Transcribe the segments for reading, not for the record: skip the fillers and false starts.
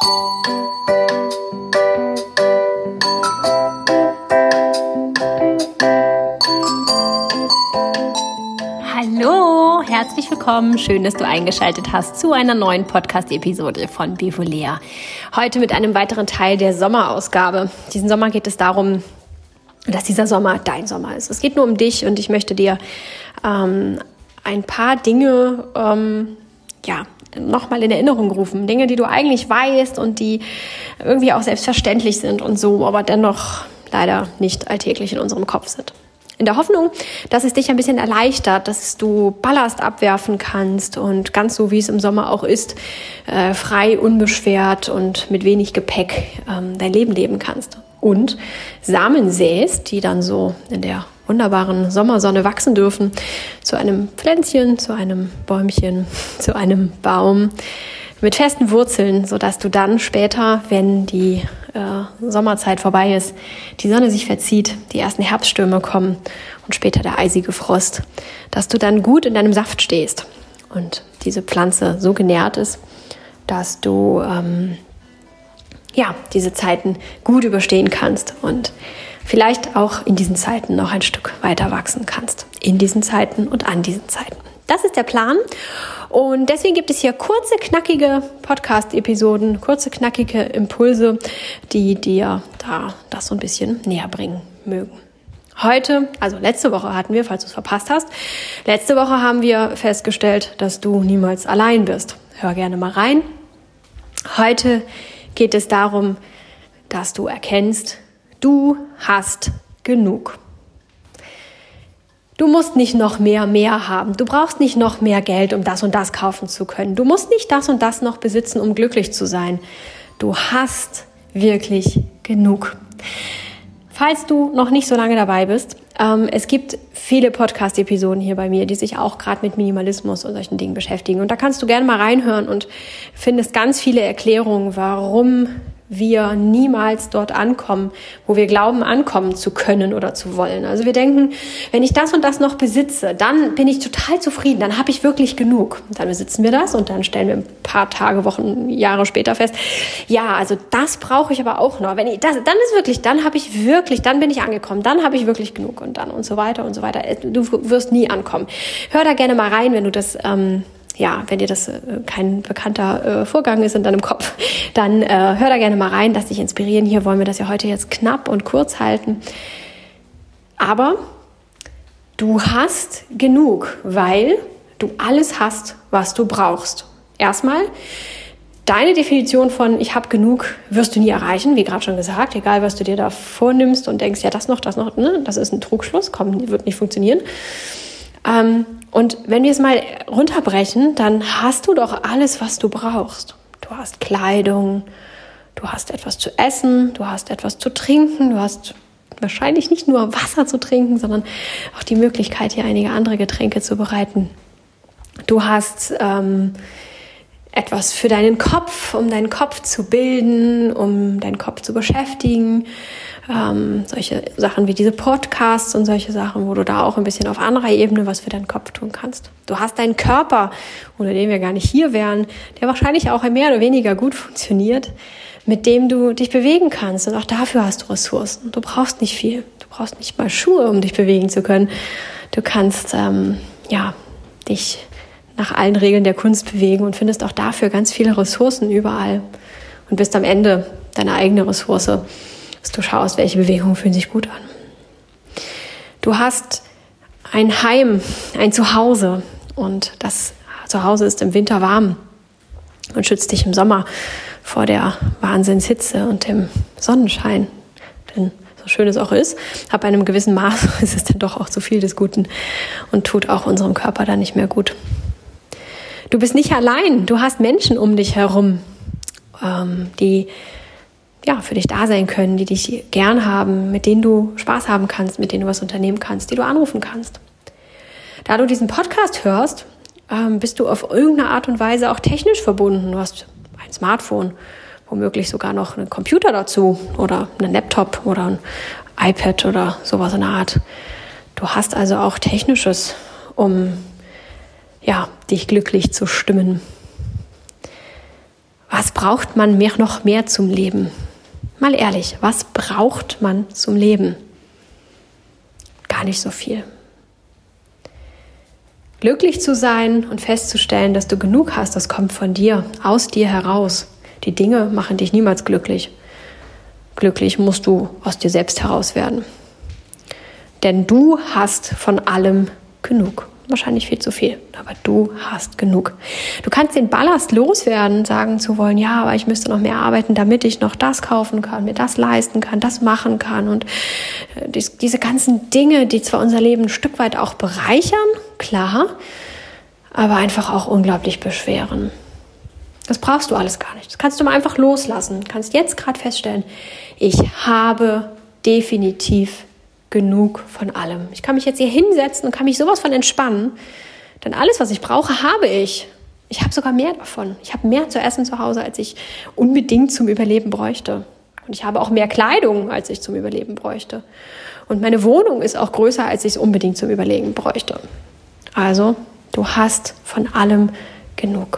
Hallo, herzlich willkommen. Schön, dass du eingeschaltet hast zu einer neuen Podcast-Episode von Bevolea. Heute mit einem weiteren Teil der Sommerausgabe. Diesen Sommer geht es darum, dass dieser Sommer dein Sommer ist. Es geht nur um dich und ich möchte dir ein paar Dinge nochmal in Erinnerung rufen. Dinge, die du eigentlich weißt und die irgendwie auch selbstverständlich sind und so, aber dennoch leider nicht alltäglich in unserem Kopf sind. In der Hoffnung, dass es dich ein bisschen erleichtert, dass du Ballast abwerfen kannst und ganz so, wie es im Sommer auch ist, frei, unbeschwert und mit wenig Gepäck dein Leben leben kannst. Und Samen säst, die dann so in der wunderbaren Sommersonne wachsen dürfen, zu einem Pflänzchen, zu einem Bäumchen, zu einem Baum mit festen Wurzeln, sodass du dann später, wenn die Sommerzeit vorbei ist, die Sonne sich verzieht, die ersten Herbststürme kommen und später der eisige Frost, dass du dann gut in deinem Saft stehst und diese Pflanze so genährt ist, dass du diese Zeiten gut überstehen kannst und vielleicht auch in diesen Zeiten noch ein Stück weiter wachsen kannst. In diesen Zeiten und an diesen Zeiten. Das ist der Plan und deswegen gibt es hier kurze, knackige Podcast-Episoden, kurze, knackige Impulse, die dir da das so ein bisschen näher bringen mögen. Heute, also letzte Woche hatten wir, falls du es verpasst hast, letzte Woche haben wir festgestellt, dass du niemals allein bist. Hör gerne mal rein. Heute geht es darum, dass du erkennst, du hast genug. Du musst nicht noch mehr haben. Du brauchst nicht noch mehr Geld, um das und das kaufen zu können. Du musst nicht das und das noch besitzen, um glücklich zu sein. Du hast wirklich genug. Falls du noch nicht so lange dabei bist, es gibt viele Podcast-Episoden hier bei mir, die sich auch gerade mit Minimalismus und solchen Dingen beschäftigen. Und da kannst du gerne mal reinhören und findest ganz viele Erklärungen, warum wir niemals dort ankommen, wo wir glauben, ankommen zu können oder zu wollen. Also wir denken, wenn ich das und das noch besitze, dann bin ich total zufrieden, dann habe ich wirklich genug. Dann besitzen wir das und dann stellen wir ein paar Tage, Wochen, Jahre später fest, ja, also das brauche ich aber auch noch. Wenn ich das, dann bin ich angekommen, dann habe ich wirklich genug und dann und so weiter und so weiter. Du wirst nie ankommen. Hör da gerne mal rein, wenn du das wenn dir das kein bekannter Vorgang ist in deinem Kopf, dann hör da gerne mal rein, lass dich inspirieren. Hier wollen wir das ja heute jetzt knapp und kurz halten. Aber du hast genug, weil du alles hast, was du brauchst. Erstmal, deine Definition von ich habe genug wirst du nie erreichen, wie gerade schon gesagt, egal was du dir da vornimmst und denkst, ja das noch, ne? Das ist ein Trugschluss, wird nicht funktionieren. Und wenn wir es mal runterbrechen, dann hast du doch alles, was du brauchst. Du hast Kleidung, du hast etwas zu essen, du hast etwas zu trinken, du hast wahrscheinlich nicht nur Wasser zu trinken, sondern auch die Möglichkeit, hier einige andere Getränke zu bereiten. Du hast etwas für deinen Kopf, um deinen Kopf zu bilden, um deinen Kopf zu beschäftigen. Solche Sachen wie diese Podcasts und solche Sachen, wo du da auch ein bisschen auf anderer Ebene was für deinen Kopf tun kannst. Du hast deinen Körper, ohne den wir gar nicht hier wären, der wahrscheinlich auch mehr oder weniger gut funktioniert, mit dem du dich bewegen kannst. Und auch dafür hast du Ressourcen. Du brauchst nicht viel. Du brauchst nicht mal Schuhe, um dich bewegen zu können. Du kannst dich nach allen Regeln der Kunst bewegen und findest auch dafür ganz viele Ressourcen überall. Und bist am Ende deine eigene Ressource, dass du schaust, welche Bewegungen fühlen sich gut an. Du hast ein Heim, ein Zuhause und das Zuhause ist im Winter warm und schützt dich im Sommer vor der Wahnsinnshitze und dem Sonnenschein. Denn so schön es auch ist, ab einem gewissen Maß ist es dann doch auch zu viel des Guten und tut auch unserem Körper dann nicht mehr gut. Du bist nicht allein, du hast Menschen um dich herum, die für dich da sein können, die dich gern haben, mit denen du Spaß haben kannst, mit denen du was unternehmen kannst, die du anrufen kannst. Da du diesen Podcast hörst, bist du auf irgendeine Art und Weise auch technisch verbunden. Du hast ein Smartphone, womöglich sogar noch einen Computer dazu oder einen Laptop oder ein iPad oder sowas in der Art. Du hast also auch Technisches, um dich glücklich zu stimmen. Was braucht man noch mehr zum Leben? Mal ehrlich, was braucht man zum Leben? Gar nicht so viel. Glücklich zu sein und festzustellen, dass du genug hast, das kommt von dir, aus dir heraus. Die Dinge machen dich niemals glücklich. Glücklich musst du aus dir selbst heraus werden. Denn du hast von allem genug. Wahrscheinlich viel zu viel, aber du hast genug. Du kannst den Ballast loswerden, sagen zu wollen, ja, aber ich müsste noch mehr arbeiten, damit ich noch das kaufen kann, mir das leisten kann, das machen kann. Und diese ganzen Dinge, die zwar unser Leben ein Stück weit auch bereichern, klar, aber einfach auch unglaublich beschweren. Das brauchst du alles gar nicht. Das kannst du mal einfach loslassen. Du kannst jetzt gerade feststellen, ich habe definitiv genug von allem. Ich kann mich jetzt hier hinsetzen und kann mich sowas von entspannen, denn alles, was ich brauche, habe ich. Ich habe sogar mehr davon. Ich habe mehr zu essen zu Hause, als ich unbedingt zum Überleben bräuchte. Und ich habe auch mehr Kleidung, als ich zum Überleben bräuchte. Und meine Wohnung ist auch größer, als ich es unbedingt zum Überleben bräuchte. Also, du hast von allem genug.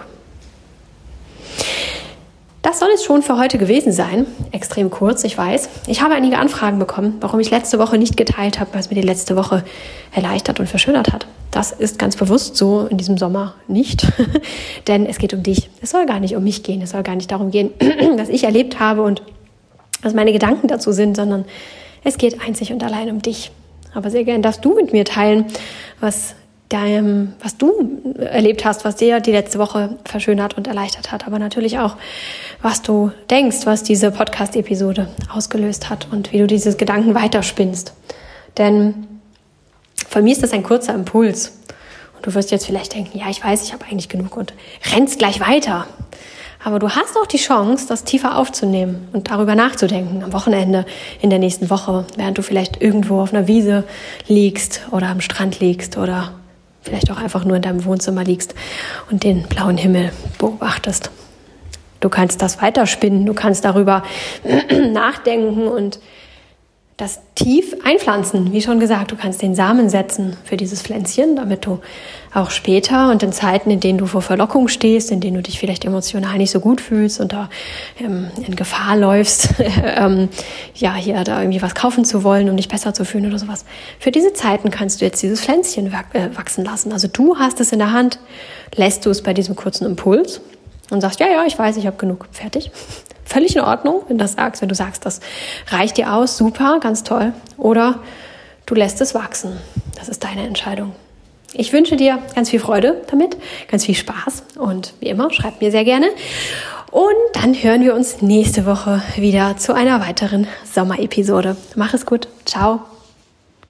Das soll es schon für heute gewesen sein. Extrem kurz, ich weiß. Ich habe einige Anfragen bekommen, warum ich letzte Woche nicht geteilt habe, was mir die letzte Woche erleichtert und verschönert hat. Das ist ganz bewusst so in diesem Sommer nicht, denn es geht um dich. Es soll gar nicht um mich gehen, es soll gar nicht darum gehen, was ich erlebt habe und was meine Gedanken dazu sind, sondern es geht einzig und allein um dich. Aber sehr gerne darfst du mit mir teilen, was du erlebt hast, was dir die letzte Woche verschönert und erleichtert hat. Aber natürlich auch, was du denkst, was diese Podcast-Episode ausgelöst hat und wie du diese Gedanken weiterspinnst. Denn von mir ist das ein kurzer Impuls. Und du wirst jetzt vielleicht denken, ja, ich weiß, ich habe eigentlich genug und rennst gleich weiter. Aber du hast auch die Chance, das tiefer aufzunehmen und darüber nachzudenken am Wochenende, in der nächsten Woche, während du vielleicht irgendwo auf einer Wiese liegst oder am Strand liegst oder vielleicht auch einfach nur in deinem Wohnzimmer liegst und den blauen Himmel beobachtest. Du kannst das weiterspinnen, du kannst darüber nachdenken und das tief einpflanzen. Wie schon gesagt, du kannst den Samen setzen für dieses Pflänzchen, damit du auch später und in Zeiten, in denen du vor Verlockung stehst, in denen du dich vielleicht emotional nicht so gut fühlst und da in Gefahr läufst, hier da irgendwie was kaufen zu wollen, um dich besser zu fühlen oder sowas. Für diese Zeiten kannst du jetzt dieses Pflänzchen wachsen lassen. Also du hast es in der Hand, lässt du es bei diesem kurzen Impuls und sagst, ja, ich weiß, ich habe genug, fertig. Völlig in Ordnung, wenn du sagst, das reicht dir aus, super, ganz toll. Oder du lässt es wachsen. Das ist deine Entscheidung. Ich wünsche dir ganz viel Freude damit, ganz viel Spaß und wie immer, schreib mir sehr gerne. Und dann hören wir uns nächste Woche wieder zu einer weiteren Sommerepisode. Mach es gut. Ciao.